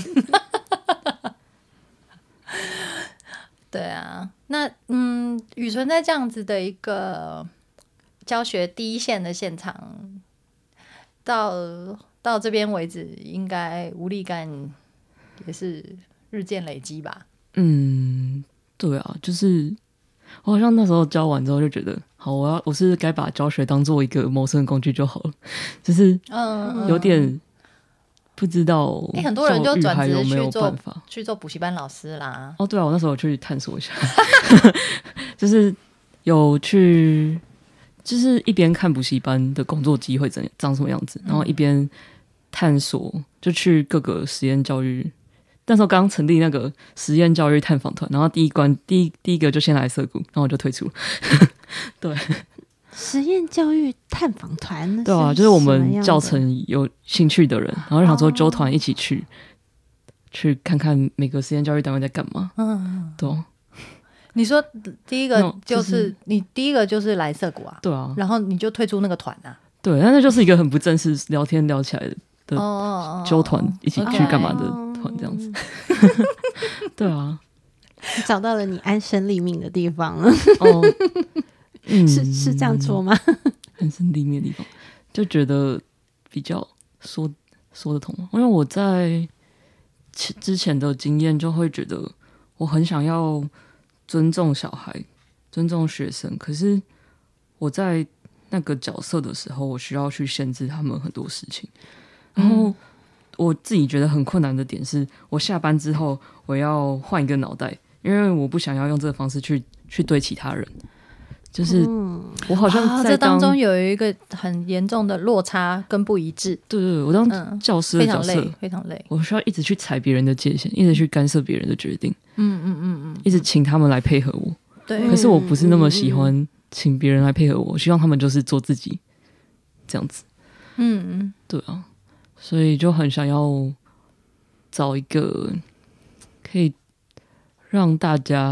对啊，那嗯，雨纯在这样子的一个教学第一线的现场，到到这边为止，应该无力感也是日渐累积吧？ 嗯，对啊，就是我好像那时候教完之后就觉得。好，我要我是该把教学当做一个谋生工具就好了，就是有点不知道、 欸、很多人就转职去做法去做补习班老师啦。 哦，对啊，我那时候有去探索一下，就是有去，就是一边看补习班的工作机会怎长什么样子，然后一边探索，就去各个实验教育。那时候刚成立那个实验教育探访团，然后第一关第一第一个就先来涩谷，然后我就退出了。对， 实验教育探访团， 对啊，就是我们教程有兴趣的人，然后就想说揪团一起去、哦、去看看每个实验教育单位在干嘛。嗯，对、啊。 你说第一个就是、就是、你第一个就是来涩谷啊？ 对啊， 然后你就退出那个团啊？ 对，但那就是一个很不正式聊天聊起来的揪团一起去干嘛的团这样子。对啊， 你找到了你安身立命的地方了。 哦，嗯， 是是这样做吗？ 安身立命的地方，就觉得比较说说得通。因为我在之前的经验就会觉得，我很想要尊重小孩，尊重学生，可是我在那个角色的时候，我需要去限制他们很多事情，然后。嗯，我自己觉得很困难的点是，我下班之后我要换一个脑袋，因为我不想要用这个方式去去对其他人。就是我好像在当、嗯啊、这当中有一个很严重的落差跟不一致。 对对对，我当教师的角色、嗯、非常累， 非常累。 我需要一直去踩别人的界限，一直去干涉别人的决定。嗯嗯嗯嗯，一直请他们来配合我。对，可是我不是那么喜欢请别人来配合我，我希望他们就是做自己这样子。嗯嗯，对啊。所以就很想要找一个可以让大家，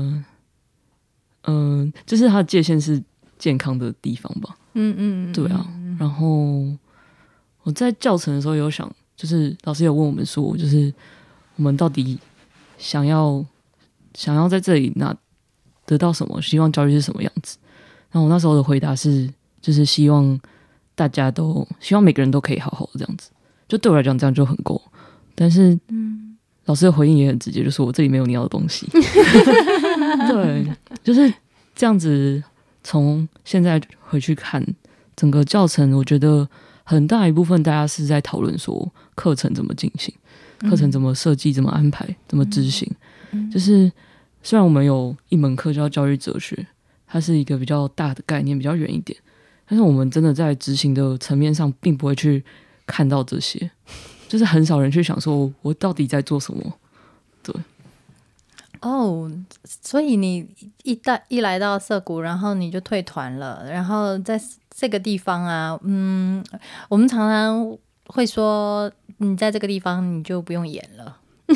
嗯、呃，就是它的界限是健康的地方吧。嗯嗯，对啊。然后我在教程的时候有想，就是老师有问我们说，就是我们到底想要想要在这里拿得到什么，希望教育是什么样子。然后我那时候的回答是，就是希望大家都希望每个人都可以好好的这样子。就对我来讲这样就很够，但是、嗯、老师的回应也很直接，就说我这里没有你要的东西。对，就是这样子。从现在回去看整个教程，我觉得很大一部分大家是在讨论说课程怎么进行，课程怎么设计，怎么安排，怎么执行、嗯、就是虽然我们有一门课叫教育哲学，它是一个比较大的概念，比较远一点，但是我们真的在执行的层面上并不会去看到这些，就是很少人去想说我到底在做什么。对， 哦，所以你一到一来到涩谷，然后你就退团了，然后在这个地方啊，嗯，我们常常会说你在这个地方你就不用演了。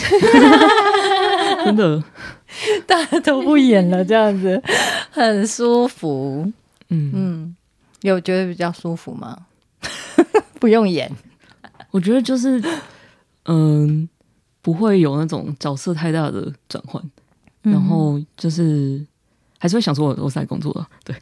真的大家都不演了，这样子很舒服。嗯嗯，有觉得比较舒服吗？不用演， 我觉得就是嗯，不会有那种角色太大的转换、嗯、然后就是还是会想说我我是来工作的，对。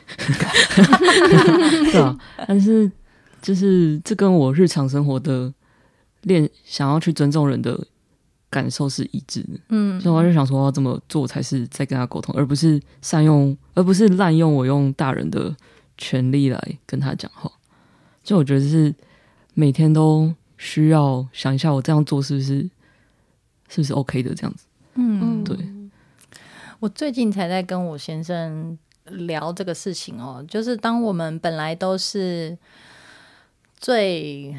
对啊，但是就是这跟我日常生活的练想要去尊重人的感受是一致的。 嗯， 所以我就想说要这么做才是在跟他沟通，而不是善用，而不是滥用我用大人的权利来跟他讲话。就我觉得是每天都需要想一下，我这样做是不是是不是 OK 的这样子。 嗯， 对。 我最近才在跟我先生聊这个事情哦，就是当我们本来都是最，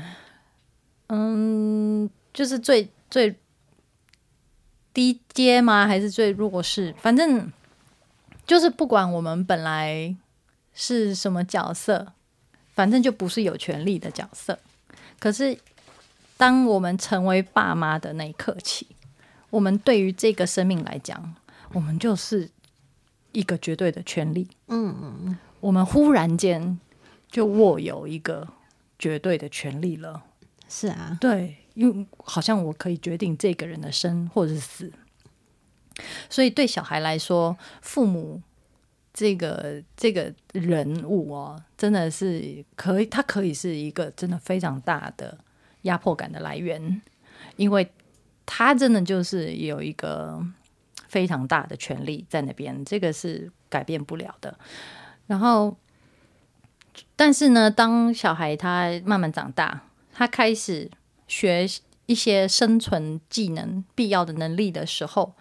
嗯，就是最最低阶吗？还是最弱势？反正就是不管我们本来是什么角色，反正就不是有权利的角色。可是当我们成为爸妈的那一刻起，我们对于这个生命来讲，我们就是一个绝对的权利。 嗯嗯， 我们忽然间就握有一个绝对的权利了。 是啊， 对，因为好像我可以决定这个人的生或者是死。所以对小孩来说，父母这个这个人物哦，真的是可以，他可以是一个真的非常大的压迫感的来源，因为他真的就是有一个非常大的权力在那边，这个是改变不了的。然后，但是呢，当小孩他慢慢长大，他开始学一些生存技能、必要的能力的时候，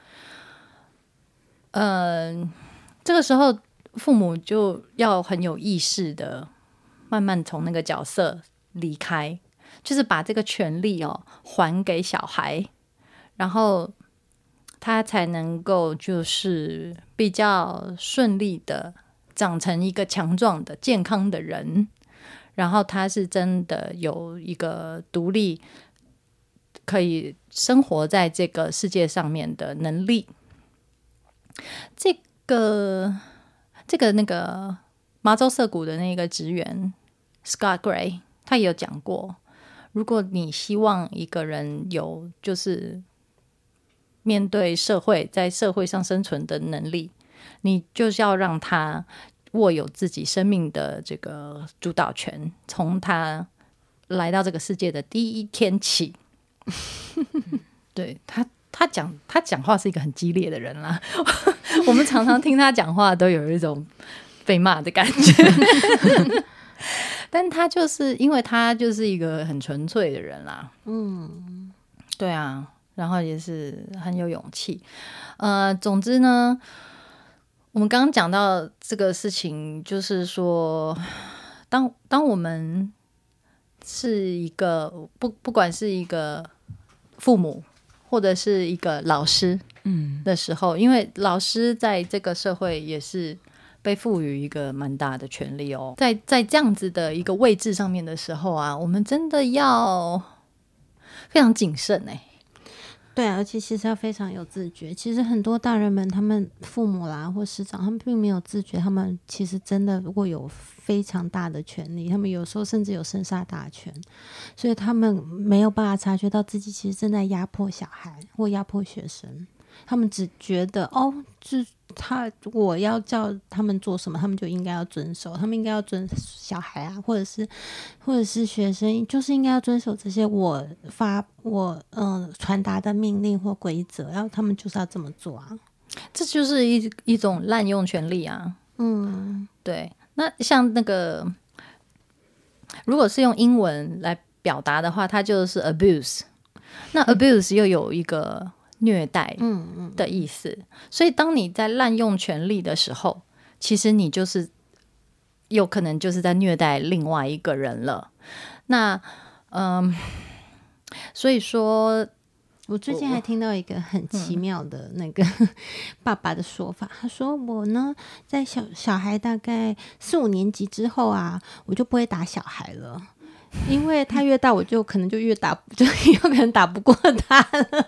嗯、呃，这个时候父母就要很有意识的慢慢从那个角色离开，就是把这个权利哦还给小孩，然后他才能够就是比较顺利的长成一个强壮的健康的人，然后他是真的有一个独立可以生活在这个世界上面的能力。这个这个那个麻州涩谷的那个职员 Scott Gray 他也有讲过，如果你希望一个人有就是面对社会在社会上生存的能力，你就是要让他握有自己生命的这个主导权，从他来到这个世界的第一天起。对，他他讲他讲话是一个很激烈的人啦，我们常常听他讲话都有一种被骂的感觉。但他就是因为他就是一个很纯粹的人啦，嗯，对啊，然后也是很有勇气。呃，总之呢，我们刚刚讲到这个事情，就是说，当当我们是一个不不管是一个父母或者是一个老师的时候，嗯，因为老师在这个社会也是被赋予一个蛮大的权利哦，在在这样子的一个位置上面的时候啊，我们真的要非常谨慎哎。 对啊，而且其实要非常有自觉。其实很多大人们，他们父母啦或师长，他们并没有自觉，他们其实真的如果有非常大的权利，他们有时候甚至有生杀大权，所以他们没有办法察觉到自己其实正在压迫小孩或压迫学生。他们只觉得哦，是他我要叫他们做什么，他们就应该要遵守，他们应该要遵守小孩啊，或者是或者是学生，就是应该要遵守这些我发我嗯传达的命令或规则，然后他们就是要这么做啊， 这就是一一种滥用权力啊。嗯，对。那像那个，如果是用英文来表达的话，它就是 abuse。那 abuse 又有一个虐待的意思，嗯嗯，所以当你在滥用权力的时候，其实你就是有可能就是在虐待另外一个人了。那嗯，所以说我最近还听到一个很奇妙的那个、嗯、爸爸的说法，他说我呢在小小孩大概四五年级之后啊，我就不会打小孩了，因为他越大我就可能就越打就有可能打不过他了。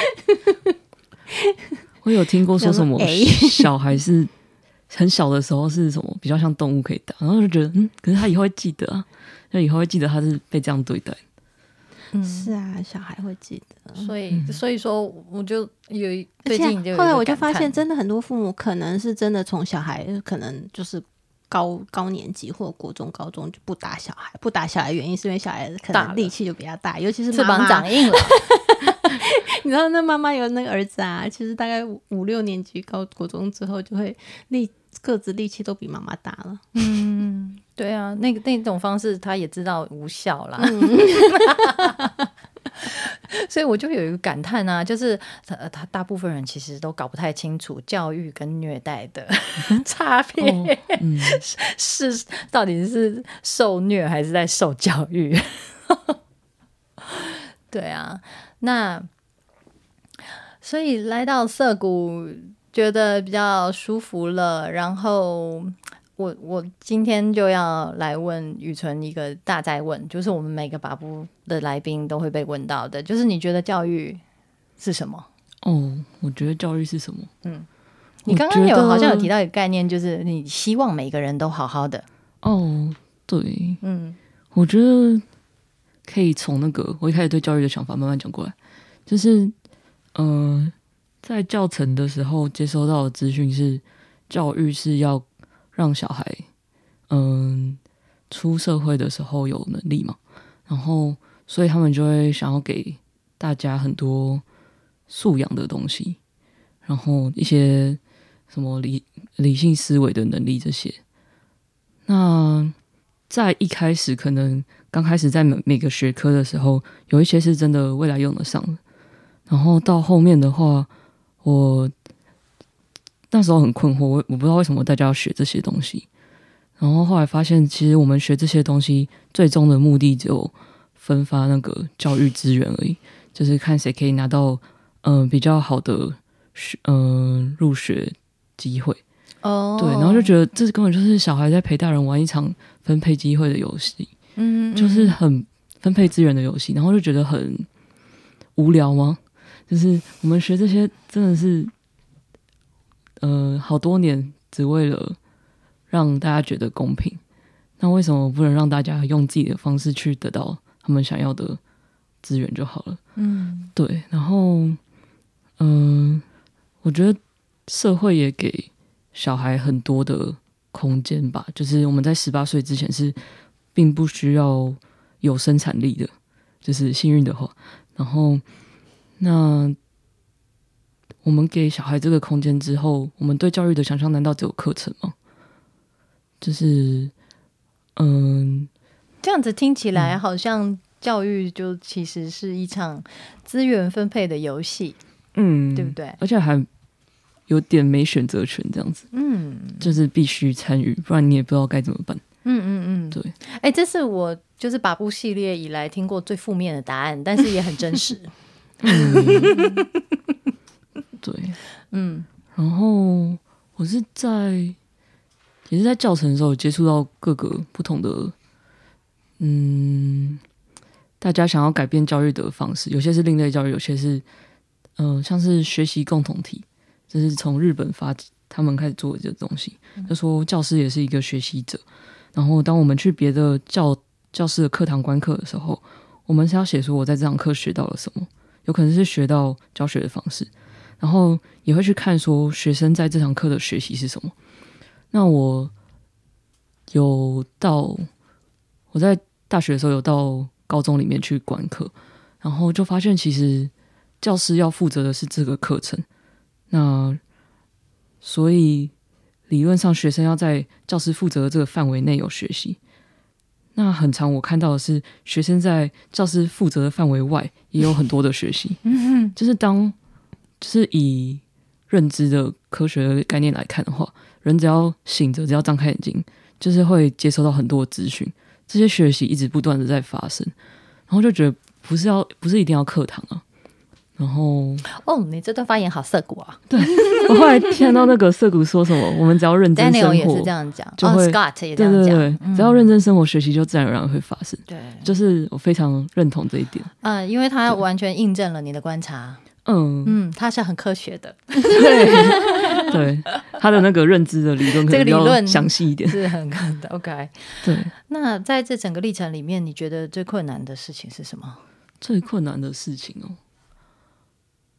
我有听过说什么小孩是很小的时候是什么比较像动物可以打，然后就觉得嗯，可是他以后会记得啊，就以后会记得他是被这样对待。 嗯，是啊，小孩会记得， 所以所以说我就有最近就有后来我就发现真的很多父母可能是真的从小孩可能就是高高年级或国中、高中就不打小孩，不打小孩原因是因为小孩可大了能力气就比较大，尤其是翅膀妈妈长硬了。 你知道那妈妈有那个儿子啊，其实大概五五六年级高国中之后，就会力个子力气都比妈妈大了。 嗯，对啊，那个那种方式他也知道无效啦。 嗯所以我就有一个感叹啊，就是他他大部分人其实都搞不太清楚教育跟虐待的差别， 哦嗯， 是到底是受虐还是在受教育？对啊，那所以来到涩谷觉得比较舒服了，然后我我今天就要来问宇纯一个大哉问，就是我们每个把布的来宾都会被问到的，就是你觉得教育是什么？ 哦，我觉得教育是什么？ 你刚刚有我觉得好像有提到一个概念，就是你希望每个人都好好的。 哦，对， 嗯我觉得可以从那个我一开始对教育的想法慢慢讲过来，就是呃，在教程的时候接收到的资讯是，教育是要让小孩嗯、呃、出社会的时候有能力嘛，然后所以他们就会想要给大家很多素养的东西，然后一些什么理理性思维的能力这些。那在一开始可能刚开始在每每个学科的时候，有一些是真的未来用得上的，然后到后面的话，我那时候很困惑，我我不知道为什么大家要学这些东西。然后后来发现，其实我们学这些东西最终的目的只有分发那个教育资源而已，就是看谁可以拿到嗯、呃、比较好的嗯、呃、入学机会。 哦， 对，然后就觉得这根本就是小孩在陪大人玩一场分配机会的游戏， 嗯，嗯就是很分配资源的游戏，然后就觉得很无聊吗？就是我们学这些真的是，呃，好多年只为了让大家觉得公平，那为什么不能让大家用自己的方式去得到他们想要的资源就好了？ 嗯对，然后，嗯、呃，我觉得社会也给小孩很多的空间吧，就是我们在十八岁之前是并不需要有生产力的，就是幸运的话，然后那我们给小孩这个空间之后，我们对教育的想象难道只有课程吗？就是嗯， 这样子听起来好像教育就其实是一场资源分配的游戏， 嗯， 对不对？ 而且还有点没选择权，这样子， 嗯就是必须参与，不然你也不知道该怎么办。 嗯嗯嗯， 对， 哎，这是我就是把布系列以来听过最负面的答案，但是也很真实。 对， 嗯然后我是在也是在教程的时候接触到各个不同的，嗯，大家想要改变教育的方式，有些是另类教育，有些是嗯、呃，像是学习共同体，这是从日本发他们开始做的这个东西，就说教师也是一个学习者，然后当我们去别的教教室的课堂观课的时候，我们是要写说我在这堂课学到了什么，有可能是学到教学的方式，然后也会去看说学生在这堂课的学习是什么。那我有到我在大学的时候有到高中里面去观课，然后就发现其实教师要负责的是这个课程，那所以理论上学生要在教师负责的这个范围内有学习。那很常我看到的是学生在教师负责的范围外也有很多的学习，就是当就是以认知的科学的概念来看的话，人只要醒着，只要张开眼睛，就是会接收到很多的资讯，这些学习一直不断的在发生，然后就觉得不是要不是一定要课堂啊。然后哦，你这段发言好涩谷啊！ 对，我后来听到那个涩谷说什么，我们只要认真生活 Daniel 也是这样讲， 就会、 哦、Scott 也这样讲， 对对对、嗯，只要认真生活，学习就自然而然会发生。 对， 就是我非常认同这一点。 嗯，因为他完全印证了你的观察。 嗯嗯，他是很科学的。 对对，他的那个认知的理论可能比较详细一点， 是很的 OK。 对， 那在这整个历程里面，你觉得最困难的事情是什么？ 最困难的事情哦，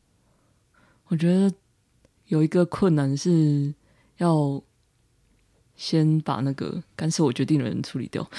我觉得有一个困难是要先把那个干涉我决定的人处理掉，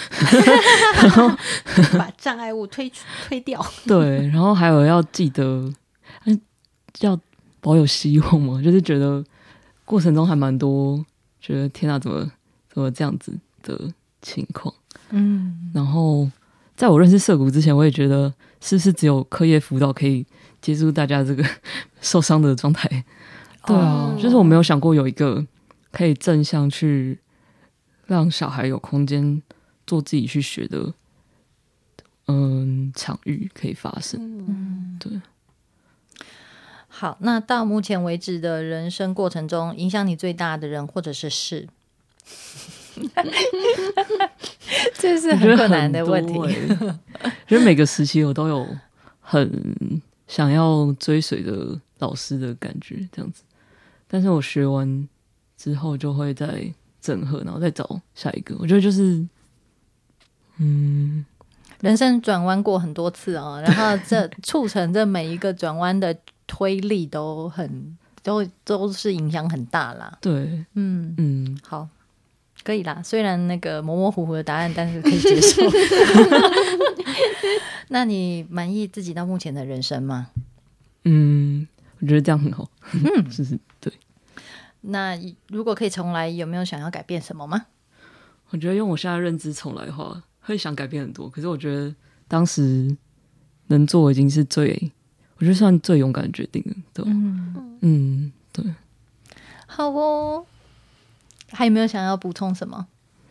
把障碍物推推掉。 对，然后还有要记得要保有希望嘛，就是觉得过程中还蛮多觉得天啊怎么怎么这样子的情况。 嗯， 然后在我认识涉谷之前，我也觉得是不是只有课业辅导可以接住大家这个受伤的状态。对啊、哦、就是我没有想过有一个可以正向去让小孩有空间做自己去学的嗯场域可以发生。嗯，对。 好，那到目前为止的人生过程中，影响你最大的人或者是事，这是很困难的问题。我觉得每个时期我都有很想要追随的老师的感觉，这样子。但是我学完之后就会再整合，然后再找下一个。我觉得就是嗯人生转弯过很多次哦，然后这促成这每一个转弯的推力都很都都是影响很大啦。 对，嗯嗯， 好，可以啦。虽然那个模模糊糊的答案，但是可以接受。那你满意自己到目前的人生吗？ 嗯，我觉得这样很好。嗯，是是，对。 那如果可以重来，有没有想要改变什么吗？ 我觉得用我现在的认知重来的话，会想改变很多。可是我觉得当时能做已经是最，我觉得算最勇敢的决定了。对，嗯嗯，对。 好哦，还有没有想要补充什么？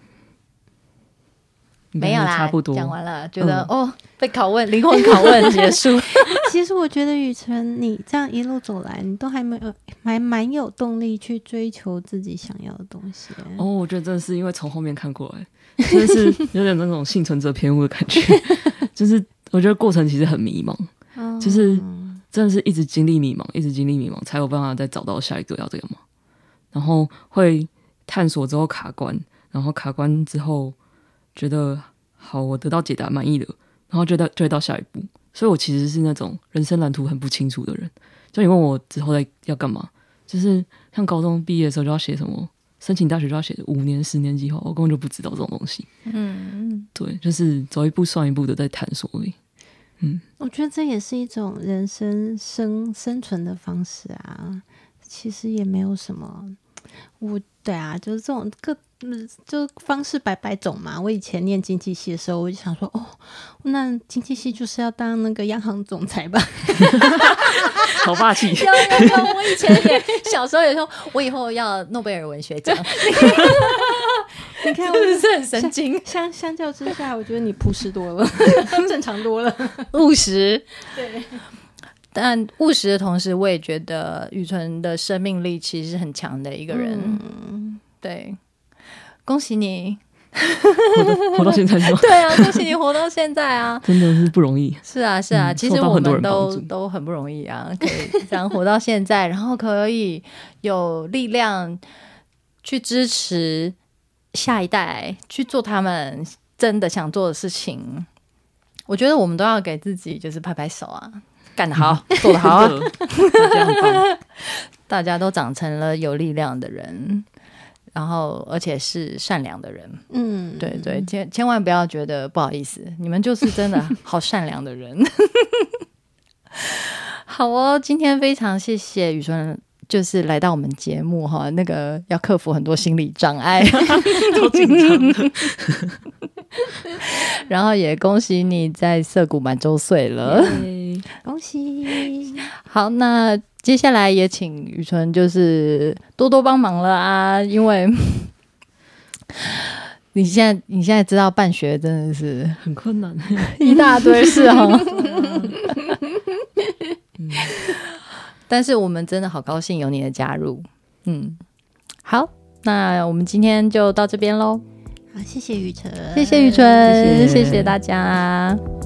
没有啦， 差不多讲完了，觉得、嗯、哦，被拷问，灵魂拷问结束。 其实我觉得雨辰，你这样一路走来，你都还没有，还蛮有动力去追求自己想要的东西。 哦，我觉得真的是因为从后面看过来，真的是有点那种幸存者偏误的感觉。就是我觉得过程其实很迷茫，哦、就是真的是一直经历迷茫，一直经历迷茫，才有办法再找到下一个要这样嘛。然后会探索之后卡关，然后卡关之后。觉得好，我得到解答满意了，然后就到就会到下一步。所以我其实是那种人生蓝图很不清楚的人。就你问我之后在要干嘛，就是像高中毕业的时候就要写什么，申请大学就要写五年、十年计划，我根本就不知道这种东西。嗯，对，就是走一步算一步的在探索而已。嗯， 我觉得这也是一种人生生生存的方式啊。其实也没有什么，我对啊，就是这种各。就方式百百种嘛。我以前念经济系的时候，我就想说，哦，那经济系就是要当那个央行总裁吧。 好霸气！ 有有有，我以前也小时候也说，我以后要诺贝尔文学奖。 你看，我是不是很神经？ 相相较之下，我觉得你朴实多了，正常多了， 务实。 对。 但务实的同时，我也觉得雨辰的生命力其实是很强的一个人。嗯，对。恭喜你活到活到现在是吗？ 对啊，恭喜你活到现在啊， 真的是不容易。 是啊是啊、嗯、其实我们都都很不容易啊，可以这样活到现在，然后可以有力量去支持下一代去做他们真的想做的事情。我觉得我们都要给自己就是拍拍手啊，干得好、嗯、做得好啊大家都长成了有力量的人，然后而且是善良的人。嗯，对对，千千万不要觉得不好意思，你们就是真的好善良的人。好哦，今天非常谢谢雨辰，就是来到我们节目哈，那个要克服很多心理障碍， 超紧张的。 然后也恭喜你在涩谷满周岁了， 恭喜！ 好，那接下来也请雨辰就是多多帮忙了啊，因为你现在你现在知道办学真的是很困难， 一大堆事哦。嗯，但是我们真的好高兴有你的加入。嗯，好，那我们今天就到这边咯。 好，谢谢雨辰， 谢谢雨辰，谢谢大家。